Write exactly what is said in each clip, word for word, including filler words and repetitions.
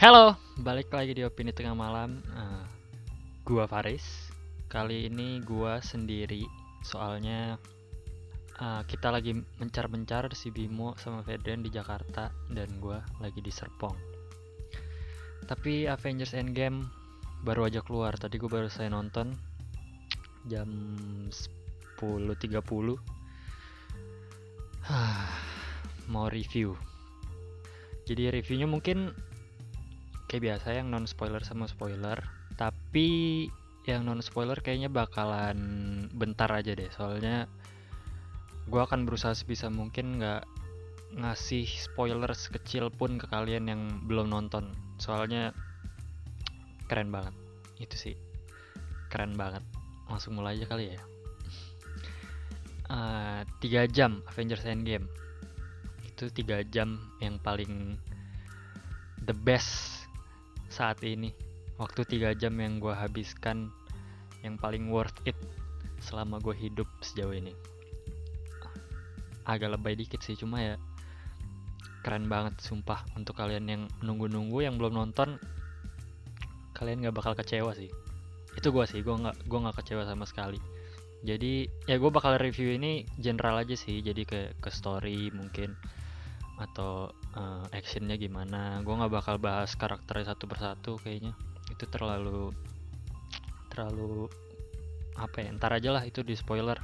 Halo, balik lagi di Opini Tengah Malam. Uh, gua Faris. Kali ini gua sendiri, soalnya uh, kita lagi mencar-mencar si Bimo sama Fedrian di Jakarta dan gua lagi di Serpong. Tapi Avengers Endgame baru aja keluar. Tadi gua baru saya nonton jam sepuluh tiga puluh. Mau review. Jadi reviewnya mungkin kayak biasa yang non spoiler sama spoiler, tapi yang non spoiler kayaknya bakalan bentar aja deh, soalnya gue akan berusaha sebisa mungkin nggak ngasih spoiler sekecil pun ke kalian yang belum nonton, soalnya keren banget. Itu sih keren banget. Langsung mulai aja kali ya. uh, tiga jam Avengers Endgame itu tiga jam yang paling the best saat ini. Waktu tiga jam yang gue habiskan yang paling worth it selama gue hidup sejauh ini. Agak lebay dikit sih, cuma ya keren banget sumpah. Untuk kalian yang nunggu-nunggu yang belum nonton, kalian gak bakal kecewa sih. Itu gue sih, gue gak, gue gak kecewa sama sekali. Jadi ya gue bakal review ini general aja sih. Jadi ke, ke story mungkin, atau uh, actionnya gimana. Gue nggak bakal bahas karakternya satu persatu, kayaknya itu terlalu terlalu apa ya, ntar aja lah itu di spoiler.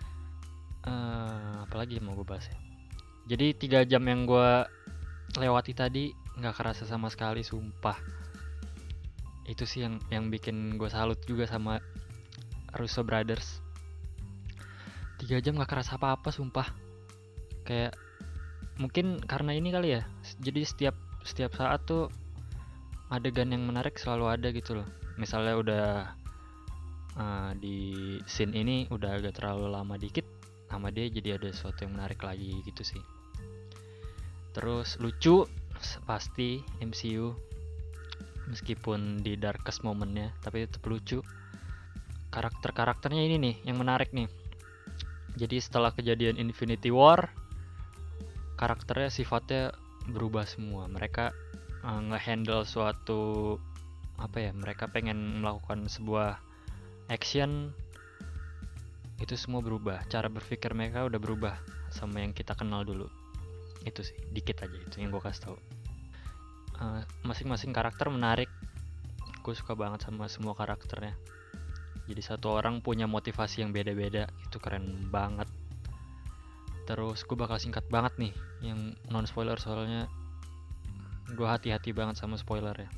Uh, apalagi yang mau gue bahas ya. Jadi tiga jam yang gue lewati tadi nggak kerasa sama sekali, sumpah. Itu sih yang yang bikin gue salut juga sama Russo Brothers. Tiga jam nggak kerasa apa-apa, sumpah. Kayak mungkin karena ini kali ya, jadi setiap setiap saat tuh adegan yang menarik selalu ada gitu loh. Misalnya udah uh, di scene ini udah agak terlalu lama dikit sama dia, jadi ada sesuatu yang menarik lagi gitu sih. Terus lucu pasti M C U, meskipun di darkest momennya tapi tetap lucu. Karakter-karakternya ini nih yang menarik nih. Jadi setelah kejadian Infinity War, karakternya sifatnya berubah semua. Mereka uh, nge-handle suatu apa ya, mereka pengen melakukan sebuah action, itu semua berubah. Cara berpikir mereka udah berubah sama yang kita kenal dulu. Itu sih dikit aja itu yang gue kasih tau. Uh, masing-masing karakter menarik. Gue suka banget sama semua karakternya. Jadi satu orang punya motivasi yang beda-beda. Itu keren banget. Terus gue bakal singkat banget nih yang non spoiler, soalnya gue hati-hati banget sama spoiler ya.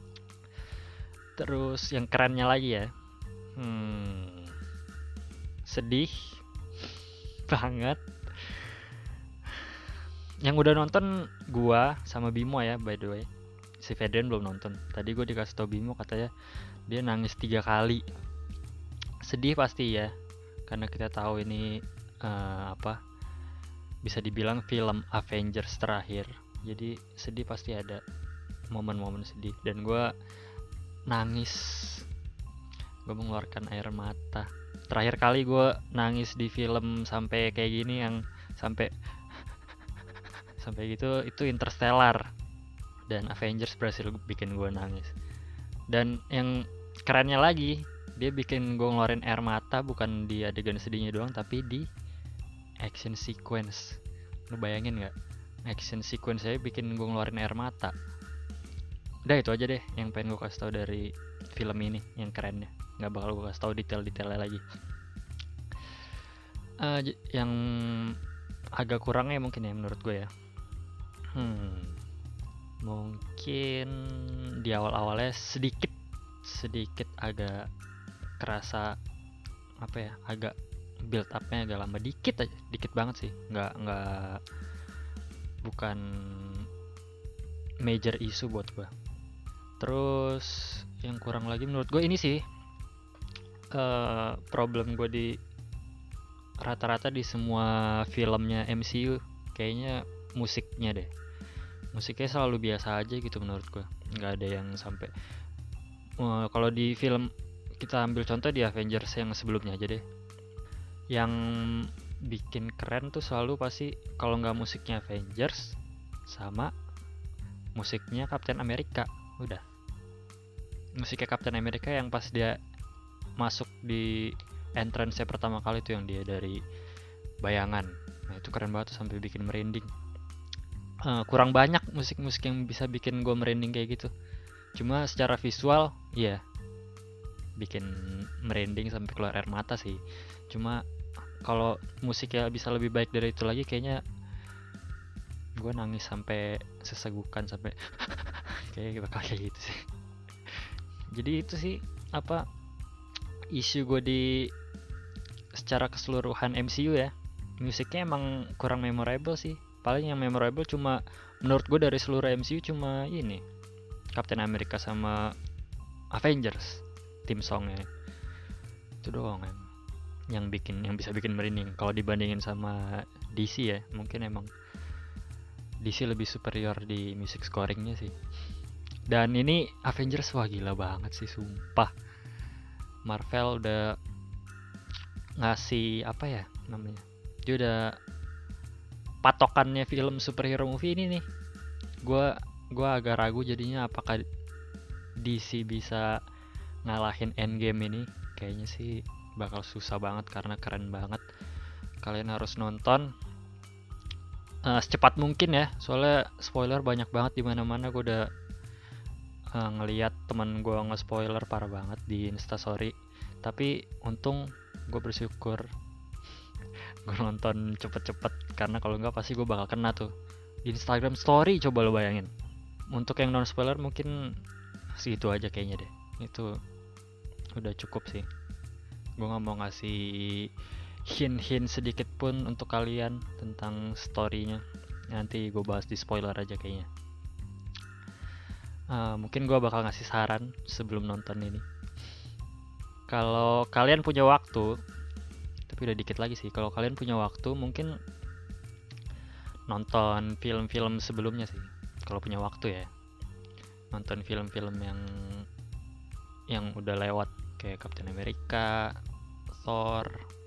Terus yang kerennya lagi ya, hmm, sedih banget. Yang udah nonton gue sama Bimo ya, by the way. Si Fedrian belum nonton. Tadi gue dikasih tau Bimo, katanya dia nangis tiga kali. Sedih pasti ya, karena kita tahu ini uh, apa bisa dibilang film Avengers terakhir. Jadi sedih pasti ada momen-momen sedih. Dan gue nangis, gue mengeluarkan air mata. Terakhir kali gue nangis di film sampai kayak gini, yang sampai sampai gitu, itu Interstellar. Dan Avengers berhasil bikin gue nangis. Dan yang kerennya lagi, dia bikin gue ngeluarin air mata bukan di adegan sedihnya doang, tapi di action sequence. Lu bayangin gak? Action sequence saya bikin gue ngeluarin air mata. Udah itu aja deh yang pengen gue kasih tau dari film ini, yang kerennya. Gak bakal gue kasih tau detail-detailnya lagi. uh, Yang agak kurangnya mungkin ya menurut gue ya, Hmm mungkin di awal-awalnya sedikit Sedikit agak kerasa apa ya, agak build up-nya agak lama dikit aja, dikit banget sih. Nggak nggak bukan major issue buat gue. Terus yang kurang lagi menurut gue ini sih, uh, problem gue di rata-rata di semua filmnya M C U, kayaknya musiknya deh. Musiknya selalu biasa aja gitu menurut gue. Nggak ada yang sampai uh, kalau di film, kita ambil contoh di Avengers yang sebelumnya aja deh, yang bikin keren tuh selalu pasti kalau nggak musiknya Avengers, sama musiknya Captain America. Udah. Musiknya Captain America yang pas dia masuk di entrance pertama kali tuh, yang dia dari bayangan. Nah itu keren banget tuh, sampai bikin merinding. Uh, kurang banyak musik-musik yang bisa bikin gue merinding kayak gitu. Cuma secara visual, iya, bikin merinding sampai keluar air mata sih. Cuma kalau musiknya bisa lebih baik dari itu lagi, kayaknya gue nangis sampai sesegukan, sampai kayak bakal kayak gitu sih. Jadi itu sih apa isu gue di secara keseluruhan M C U ya. Musiknya emang kurang memorable sih. Paling yang memorable cuma menurut gue dari seluruh M C U cuma ini, Captain America sama Avengers theme songnya. Itu doang kan yang bikin, yang bisa bikin merinding. Kalau dibandingin sama D C ya, mungkin emang D C lebih superior di music scoringnya sih. Dan ini Avengers, wah gila banget sih sumpah. Marvel udah ngasih apa ya namanya, dia udah patokannya film superhero movie ini nih. Gue gue agak ragu jadinya apakah D C bisa ngalahin Endgame ini. Kayaknya sih bakal susah banget karena keren banget. Kalian harus nonton uh, secepat mungkin ya, soalnya spoiler banyak banget di mana-mana. Gue udah uh, ngelihat teman gue nge-spoiler parah banget di Instastory. Tapi untung gue bersyukur gue nonton cepet-cepet, karena kalau enggak pasti gue bakal kena tuh di Instagram Story. Coba lo bayangin. Untuk yang non spoiler mungkin segitu aja kayaknya deh, itu udah cukup sih. Gue nggak mau ngasih hint-hint sedikit pun untuk kalian tentang storynya. Nanti gue bahas di spoiler aja kayaknya. Uh, mungkin gue bakal ngasih saran sebelum nonton ini. Kalau kalian punya waktu, tapi udah dikit lagi sih. Kalau kalian punya waktu, mungkin nonton film-film sebelumnya sih. Kalau punya waktu ya, nonton film-film yang yang udah lewat, kayak Captain America, Thor,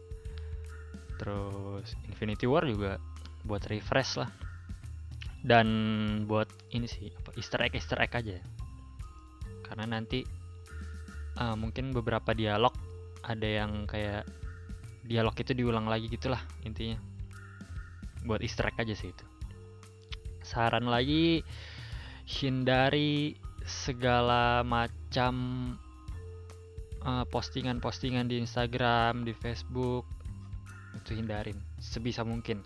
terus Infinity War juga, buat refresh lah. Dan buat ini sih, apa, Easter egg Easter egg aja. Karena nanti uh, mungkin beberapa dialog ada yang kayak dialog itu diulang lagi gitulah intinya. Buat Easter egg aja sih itu. Saran lagi, hindari segala macam uh, postingan-postingan di Instagram, di Facebook. Itu hindarin sebisa mungkin.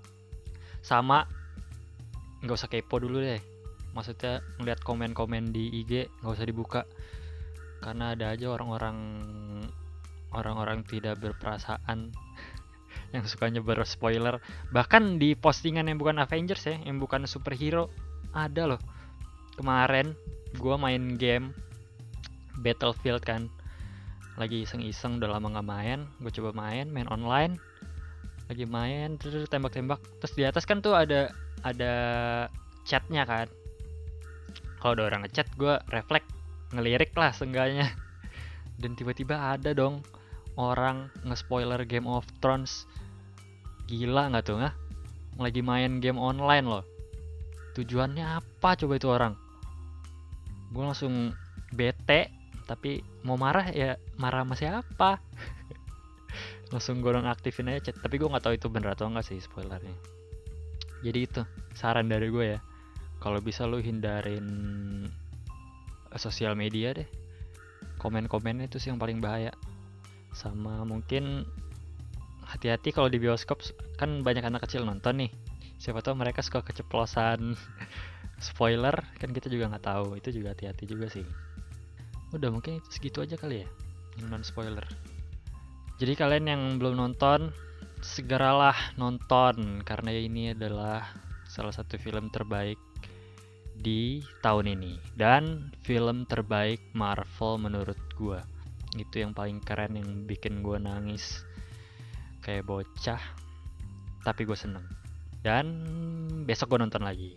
Sama nggak usah kepo dulu deh. Maksudnya ngeliat komen-komen di I G nggak usah dibuka, karena ada aja orang-orang orang-orang tidak berperasaan yang suka nyebar spoiler. Bahkan di postingan yang bukan Avengers ya, yang bukan superhero, ada loh. Kemarin gue main game Battlefield kan, lagi iseng-iseng, udah lama gak main. Gue coba main, main online. Lagi main, terus tembak-tembak. Terus di atas kan tuh ada ada chatnya kan. Kalau ada orang ngechat, gue refleks ngelirik lah seenggaknya. Dan tiba-tiba ada dong orang nge-spoiler Game of Thrones. Gila gak tuh, nggak? Lagi main game online loh. Tujuannya apa coba itu orang? Gue langsung bete, tapi mau marah ya marah sama siapa? Langsung gue nonaktifin aja chat. Tapi gue gak tahu itu bener atau enggak sih spoilernya. Jadi itu saran dari gue ya. Kalau bisa lu hindarin sosial media deh. Komen-komen itu sih yang paling bahaya. Sama mungkin hati-hati kalau di bioskop, kan banyak anak kecil nonton nih. Siapa tahu mereka suka keceplosan spoiler, kan kita juga nggak tahu. Itu juga hati-hati juga sih. Udah mungkin itu segitu aja kali ya, yang non spoiler. Jadi kalian yang belum nonton, segeralah nonton, karena ini adalah salah satu film terbaik di tahun ini dan film terbaik Marvel menurut gua. Itu yang paling keren, yang bikin gua nangis kayak bocah, tapi gua seneng. Dan besok gua nonton lagi.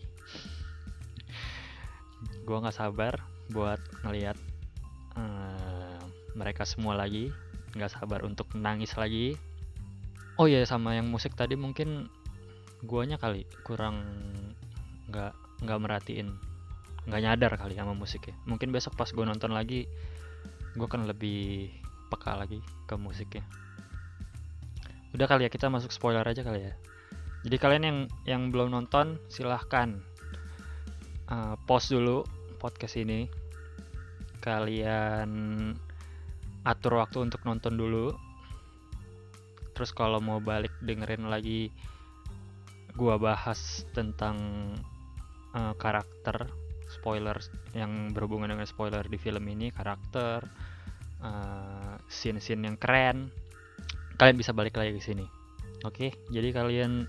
Gua nggak sabar buat ngelihat uh, mereka semua lagi, nggak sabar untuk nangis lagi. Oh iya, sama yang musik tadi mungkin guanya kali kurang nggak nggak merhatiin. nggak nyadar kali sama musiknya. Mungkin besok pas gue nonton lagi gue kan lebih peka lagi ke musiknya. Udah kali ya, kita masuk spoiler aja kali ya. Jadi kalian yang yang belum nonton silahkan uh, pause dulu podcast ini, kalian atur waktu untuk nonton dulu. Terus kalau mau balik dengerin lagi gua bahas tentang uh, karakter, spoiler yang berhubungan dengan spoiler di film ini, karakter, uh, scene-scene yang keren, kalian bisa balik lagi ke sini. Oke, jadi kalian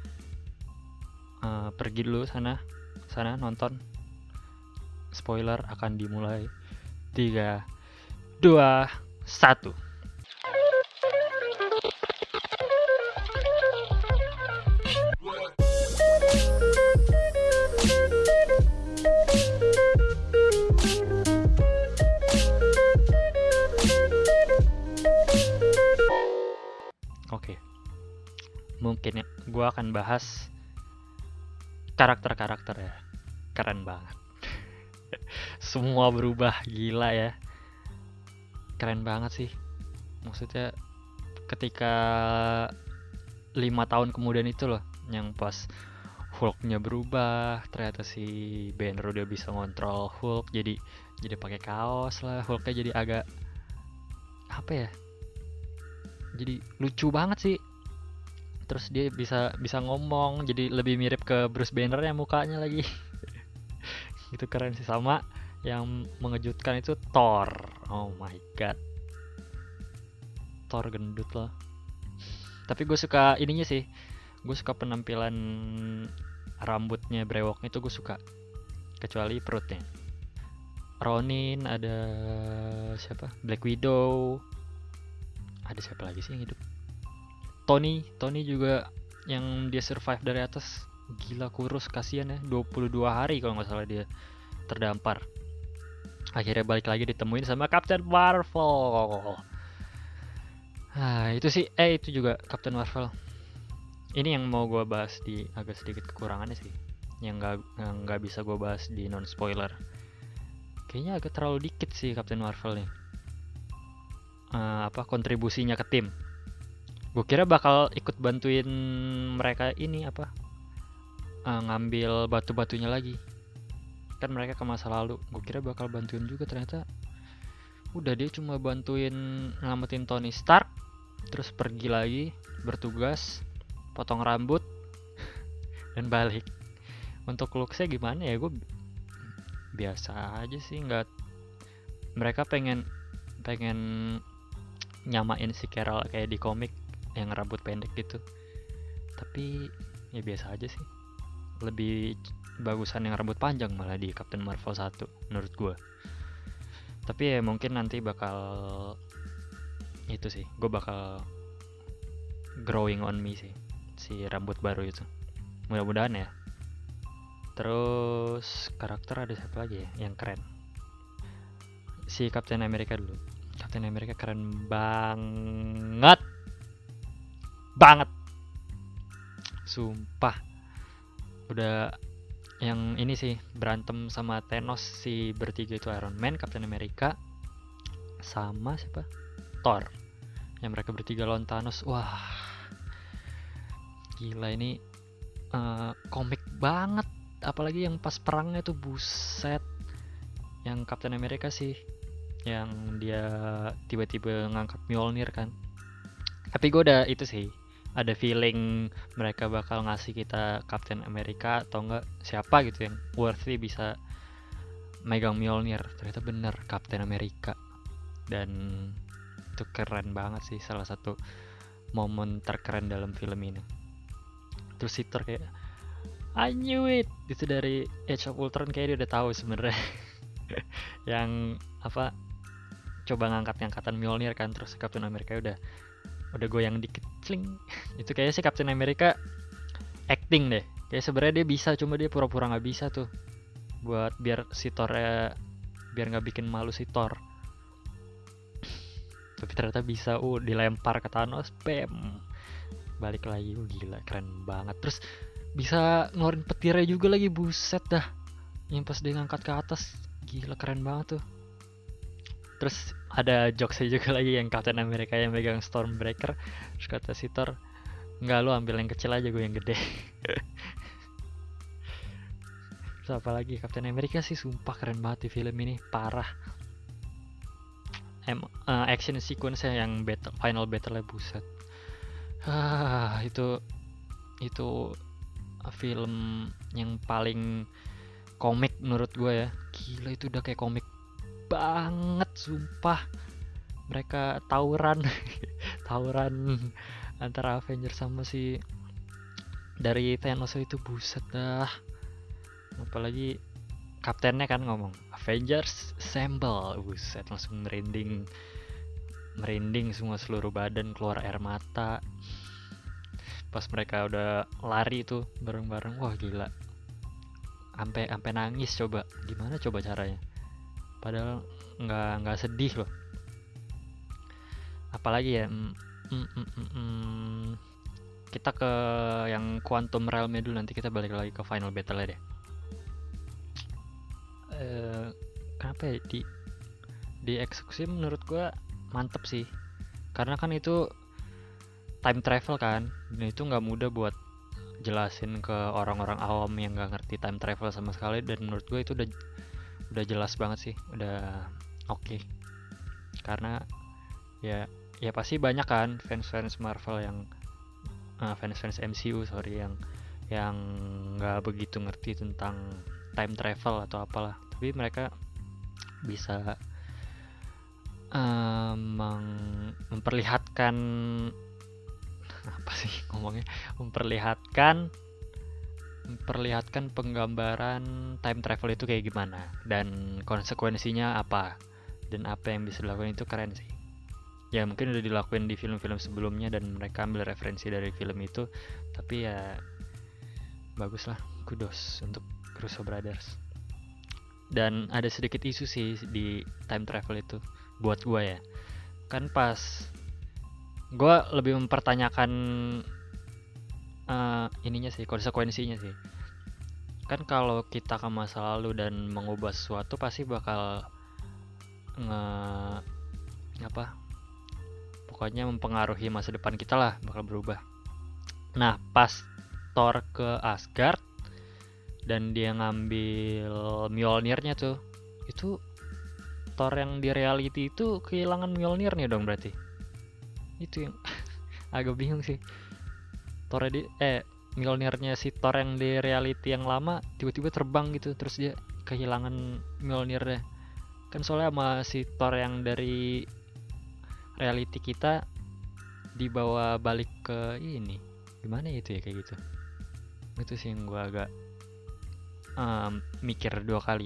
uh, pergi dulu sana, sana nonton. Spoiler akan dimulai. tiga, dua, satu. Oke, mungkin ya, gue akan bahas karakter-karakter ya, keren banget. Semua berubah, gila ya, keren banget sih. Maksudnya ketika lima tahun kemudian itu loh, yang pas Hulk-nya berubah, ternyata si Banner udah bisa ngontrol Hulk, jadi jadi pakai kaos lah, Hulk-nya jadi agak apa ya, jadi lucu banget sih. Terus dia bisa bisa ngomong, jadi lebih mirip ke Bruce Banner ya mukanya lagi. Itu keren sih. Sama yang mengejutkan itu Thor. Oh my god, Thor gendut loh. Tapi gue suka ininya sih, gue suka penampilan rambutnya brewoknya itu gue suka, kecuali perutnya. Ronin, ada siapa, Black Widow, ada siapa lagi sih yang hidup, Tony Tony juga yang dia survive dari atas. Gila kurus, kasihan ya, dua puluh dua hari kalau nggak salah dia terdampar. Akhirnya balik lagi ditemuin sama Captain Marvel. Nah itu sih, eh itu juga Captain Marvel. Ini yang mau gue bahas di agak sedikit kekurangannya sih, yang nggak nggak bisa gue bahas di non spoiler. Kayaknya agak terlalu dikit sih Captain Marvel nih. Uh, apa kontribusinya ke tim. Gue kira bakal ikut bantuin mereka ini apa, uh, ngambil batu-batunya lagi. Kan mereka ke masa lalu. Gue kira bakal bantuin juga, ternyata udah dia cuma bantuin ngamatin Tony Stark, terus pergi lagi bertugas, potong rambut dan balik. Untuk looksnya gimana ya, gue biasa aja sih. Nggak, mereka pengen pengen nyamain si Carol kayak di komik yang rambut pendek gitu, tapi ya biasa aja sih. Lebih bagusan yang rambut panjang malah di Captain Marvel satu menurut gue. Tapi ya mungkin nanti bakal itu sih, gue bakal growing on me sih si rambut baru itu, mudah-mudahan ya. Terus karakter ada siapa lagi ya yang keren? Si Captain America dulu. Captain America keren banget banget, sumpah. Udah yang ini sih, berantem sama Thanos, si bertiga itu Iron Man, Captain America, sama siapa, Thor, yang mereka bertiga lawan Thanos. Wah gila, ini uh, komik banget. Apalagi yang pas perangnya tuh, buset. Yang Captain America sih, yang dia tiba-tiba ngangkat Mjolnir kan. Tapi gue udah itu sih, ada feeling mereka bakal ngasih kita Captain America atau enggak siapa gitu yang worthy bisa megang Mjolnir. Ternyata bener Captain America, dan itu keren banget sih, salah satu momen terkeren dalam film ini. Terus si Thor kayak I knew it, itu dari Age of Ultron, kayak dia udah tahu sebenarnya. Yang apa, coba ngangkat-ngangkatan Mjolnir kan, terus Captain America udah udah goyang dikit, cling. Itu kayaknya si Captain America acting deh, kayak sebenarnya dia bisa, cuma dia pura-pura nggak bisa tuh, buat biar si Thor ya, biar nggak bikin malu si Thor. Tapi ternyata bisa, uh dilempar ke Thanos, bam, balik lagi. Uh gila, keren banget. Terus bisa ngeluarin petirnya juga lagi, buset dah. yang pas dia ngangkat ke atas, gila keren banget tuh. Terus ada jokesnya juga lagi yang Captain America yang megang Stormbreaker, terus kata si Thor, enggak, lu ambil yang kecil aja, gue yang gede. Terus apalagi Captain America sih sumpah keren banget di film ini, parah. Em, uh, action sequence-nya yang battle, final battle-nya buset. Ah, itu itu film yang paling komik menurut gue ya. Gila, itu udah kayak komik banget sumpah. Mereka tawuran tawuran antara Avengers sama si dari Thanos itu, buset dah. Apalagi kaptennya kan ngomong Avengers Assemble, buset, langsung merinding merinding semua, seluruh badan keluar air mata pas mereka udah lari tuh bareng-bareng. Wah gila, sampai sampai nangis. Coba gimana coba caranya, padahal nggak nggak sedih loh. Apalagi ya, mm, mm, mm, mm, mm. kita ke yang Quantum Realm dulu, nanti kita balik lagi ke final battle deh. Uh, kenapa ya di di eksekusi menurut gue mantep sih, karena kan itu time travel kan, dan itu nggak mudah buat jelasin ke orang-orang awam yang nggak ngerti time travel sama sekali. Dan menurut gue itu udah udah jelas banget sih, udah oke okay. Karena ya ya pasti banyak kan fans-fans Marvel yang uh, fans-fans M C U sorry yang yang nggak begitu ngerti tentang time travel atau apalah, tapi mereka bisa uh, meng- memperlihatkan apa sih ngomongnya memperlihatkan memperlihatkan penggambaran time travel itu kayak gimana dan konsekuensinya apa, dan apa yang bisa dilakukan. Itu keren sih ya. Mungkin udah dilakuin di film-film sebelumnya dan mereka ambil referensi dari film itu, tapi ya bagus lah, kudos untuk Russo Brothers. Dan ada sedikit isu sih di time travel itu buat gue ya, kan pas gue lebih mempertanyakan uh, ininya sih, konsekuensinya sih. Kan kalau kita ke masa lalu dan mengubah sesuatu pasti bakal nge apa pokoknya mempengaruhi masa depan kita lah, bakal berubah. Nah pas Thor ke Asgard dan dia ngambil Mjolnirnya tuh, itu Thor yang di reality itu kehilangan Mjolnirnya dong berarti. Itu yang agak bingung sih. Thor di eh Mjolnirnya si Thor yang di reality yang lama tiba-tiba terbang gitu, terus dia kehilangan Mjolnirnya. Kan soalnya sama si Thor yang dari reality kita dibawa balik ke ini. Gimana itu ya kayak gitu. Itu sih yang gue agak um, mikir dua kali.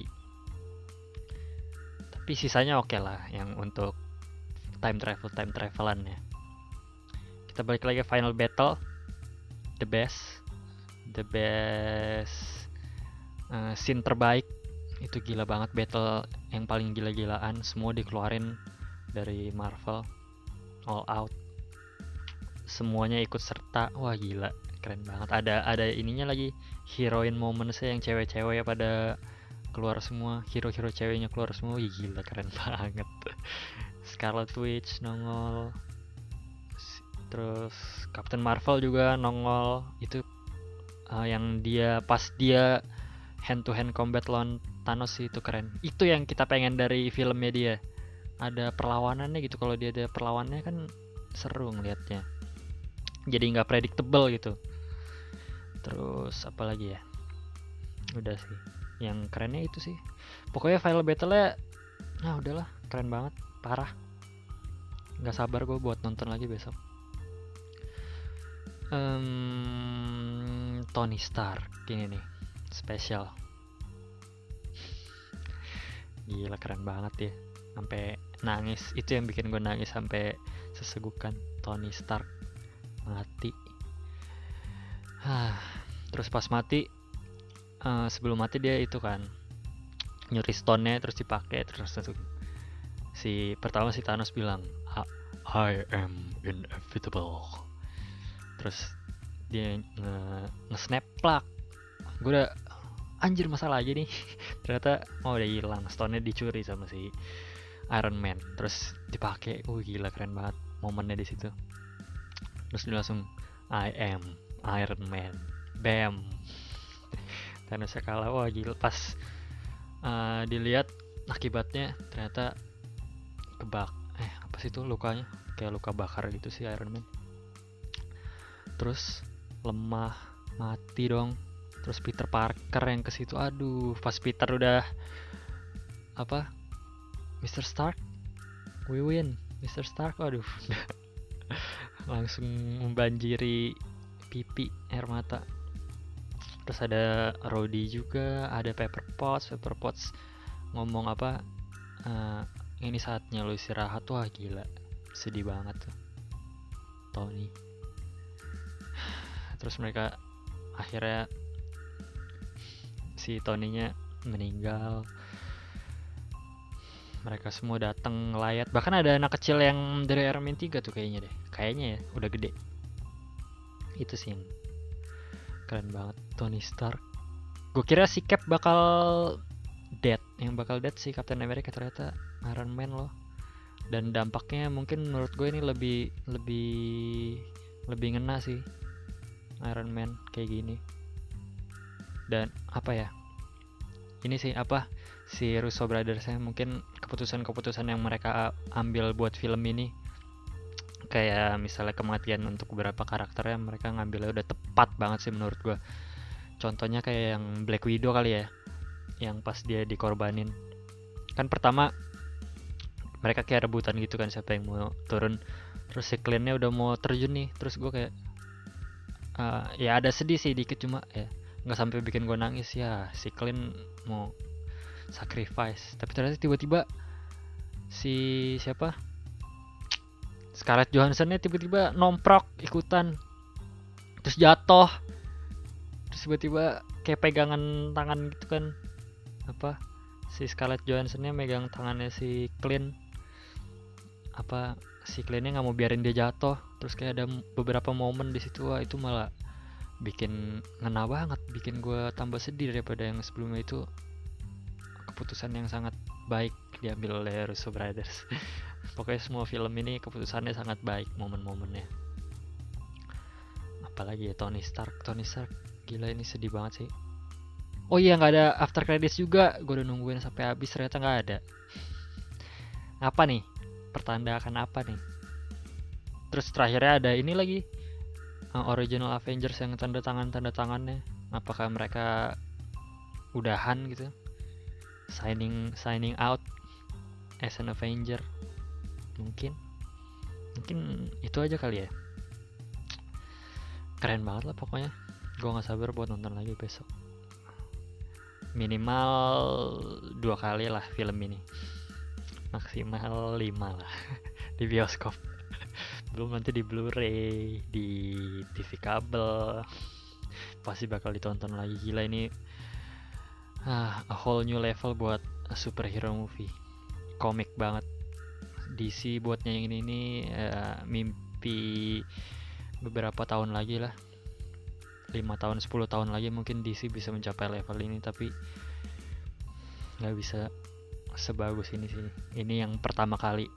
Tapi sisanya oke okay lah yang untuk time travel time travelan ya. Kita balik lagi final battle, the best the best uh, scene terbaik. Itu gila banget, battle yang paling gila-gilaan, semua dikeluarin dari Marvel, all out, semuanya ikut serta. Wah gila, keren banget. Ada ada ininya lagi, heroine momentsnya yang cewek-cewek ya pada keluar semua, hero-hero ceweknya keluar semua. Wih gila, keren banget. Scarlet Witch nongol, terus Captain Marvel juga nongol. Itu uh, yang dia pas dia hand to hand combat lawan Thanos sih, itu keren. Itu yang kita pengen dari filmnya dia, ada perlawanannya gitu. Kalau dia ada perlawanannya kan seru ngeliatnya, jadi nggak predictable gitu. Terus apa lagi ya, udah sih yang kerennya itu sih. Pokoknya final battle-nya nah udahlah, keren banget, parah. Nggak sabar gue buat nonton lagi besok. um, Tony Stark ini nih spesial, gila keren banget ya, sampai nangis. Itu yang bikin gue nangis sampai sesegukan. Tony Stark mati. Terus pas mati, uh, sebelum mati dia itu kan nyuri stone-nya terus dipakai, terus si pertama si Thanos bilang I am inevitable, terus dia nge, nge snap plak. Gue udah anjir masalah aja nih. Ternyata oh udah hilang, stone-nya dicuri sama si Iron Man, terus dipakai. Uh gila keren banget momennya di situ. Terus dia langsung I am Iron Man, bam. Thanosnya kalah. Wah gila, pas uh, dilihat akibatnya ternyata kebak eh apa sih itu lukanya, kayak luka bakar gitu sih Iron Man. Terus lemah, mati dong. Terus Peter Parker yang ke situ, aduh, pas Peter udah apa, mister Stark, we win, mister Stark, aduh, langsung membanjiri pipi air mata. Terus ada Rhodey juga, ada Pepper Potts, Pepper Potts ngomong apa, uh, ini saatnya lo istirahat. Wah gila, sedih banget tuh Tony. Terus mereka akhirnya si Tony-nya meninggal. Mereka semua datang ngelayat. Bahkan ada anak kecil yang dari Iron Man tiga tuh kayaknya deh. Kayaknya ya, udah gede. Itu sih yang keren banget, Tony Stark. Gue kira si Cap bakal dead, yang bakal dead si Captain America, ternyata Iron Man loh. Dan dampaknya mungkin menurut gue ini lebih lebih lebih ngena sih Iron Man kayak gini. Dan apa ya, ini sih apa si Russo Brothers-nya mungkin keputusan-keputusan yang mereka ambil buat film ini, kayak misalnya kematian untuk beberapa karakternya mereka ngambilnya udah tepat banget sih menurut gue. Contohnya kayak yang Black Widow kali ya, yang pas dia dikorbanin kan, pertama mereka kayak rebutan gitu kan siapa yang mau turun. Terus si Clint-nya udah mau terjun nih, terus gue kayak uh, ya ada sedih sih dikit, cuma ya nggak sampai bikin gue nangis ya, si Clint mau sacrifice. Tapi ternyata tiba-tiba si siapa, Scarlett Johansson-nya tiba-tiba nomprok ikutan, terus jatuh, terus tiba-tiba kayak pegangan tangan gitu kan, apa si Scarlett Johansson-nya megang tangannya si Clint, apa si Clint-nya nggak mau biarin dia jatuh. Terus kayak ada beberapa momen di situ, wah itu malah bikin ngena banget, bikin gue tambah sedih daripada yang sebelumnya. Itu keputusan yang sangat baik diambil oleh Russo Brothers. Pokoknya semua film ini keputusannya sangat baik, momen-momennya. Apalagi ya Tony Stark, Tony Stark gila ini sedih banget sih. Oh iya nggak ada after credits juga, gue udah nungguin sampai habis ternyata nggak ada. Apa nih? Pertanda akan apa nih? Terus terakhirnya ada ini lagi, uh, original Avengers yang tanda tangan tanda tangannya. Apakah mereka udahan gitu? Signing signing out as an Avenger. Mungkin mungkin itu aja kali ya. Keren banget lah pokoknya. Gue nggak sabar buat nonton lagi besok. Minimal dua kali lah film ini, maksimal lima lah di bioskop. Belum nanti di Blu-ray, di T V kabel, pasti bakal ditonton lagi. Gila ini ah, a whole new level buat superhero movie. Komik banget. D C buatnya yang ini nih uh, mimpi beberapa tahun lagi lah, lima tahun sepuluh tahun lagi mungkin D C bisa mencapai level ini, tapi gak bisa sebagus ini sih. Ini yang pertama kali.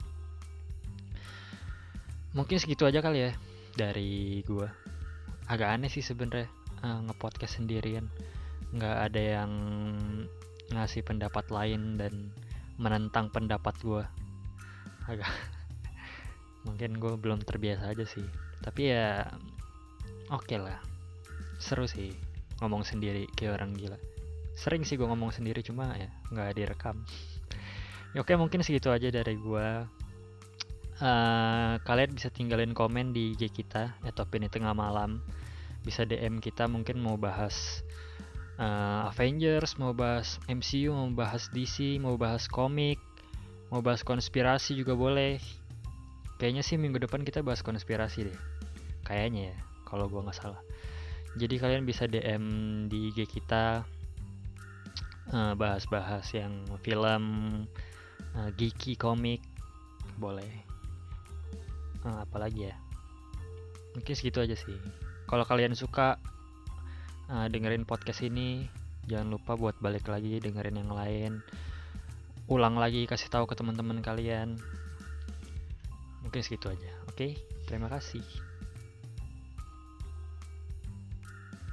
Mungkin segitu aja kali ya dari gua. Agak aneh sih sebenarnya uh, nge-podcast sendirian, nggak ada yang ngasih pendapat lain dan menentang pendapat gua. Agak mungkin gua belum terbiasa aja sih. Tapi ya oke okay lah, seru sih ngomong sendiri kayak orang gila. Sering sih gua ngomong sendiri, cuma ya nggak direkam. Ya, oke okay, mungkin segitu aja dari gua. Uh, kalian bisa tinggalin komen di I G kita atau Opini Tengah Malam, bisa D M kita mungkin mau bahas uh, Avengers, mau bahas M C U, mau bahas D C, mau bahas komik, mau bahas konspirasi juga boleh. Kayaknya sih minggu depan kita bahas konspirasi deh, kayaknya ya kalau gua nggak salah. Jadi kalian bisa D M di I G kita, uh, bahas-bahas yang film, uh, geeky, komik boleh. Nah, apalagi ya, mungkin segitu aja sih. Kalau kalian suka uh, dengerin podcast ini, Jangan lupa buat balik lagi dengerin yang lain, ulang lagi, kasih tahu ke teman-teman kalian. Mungkin segitu aja. Oke, terima kasih.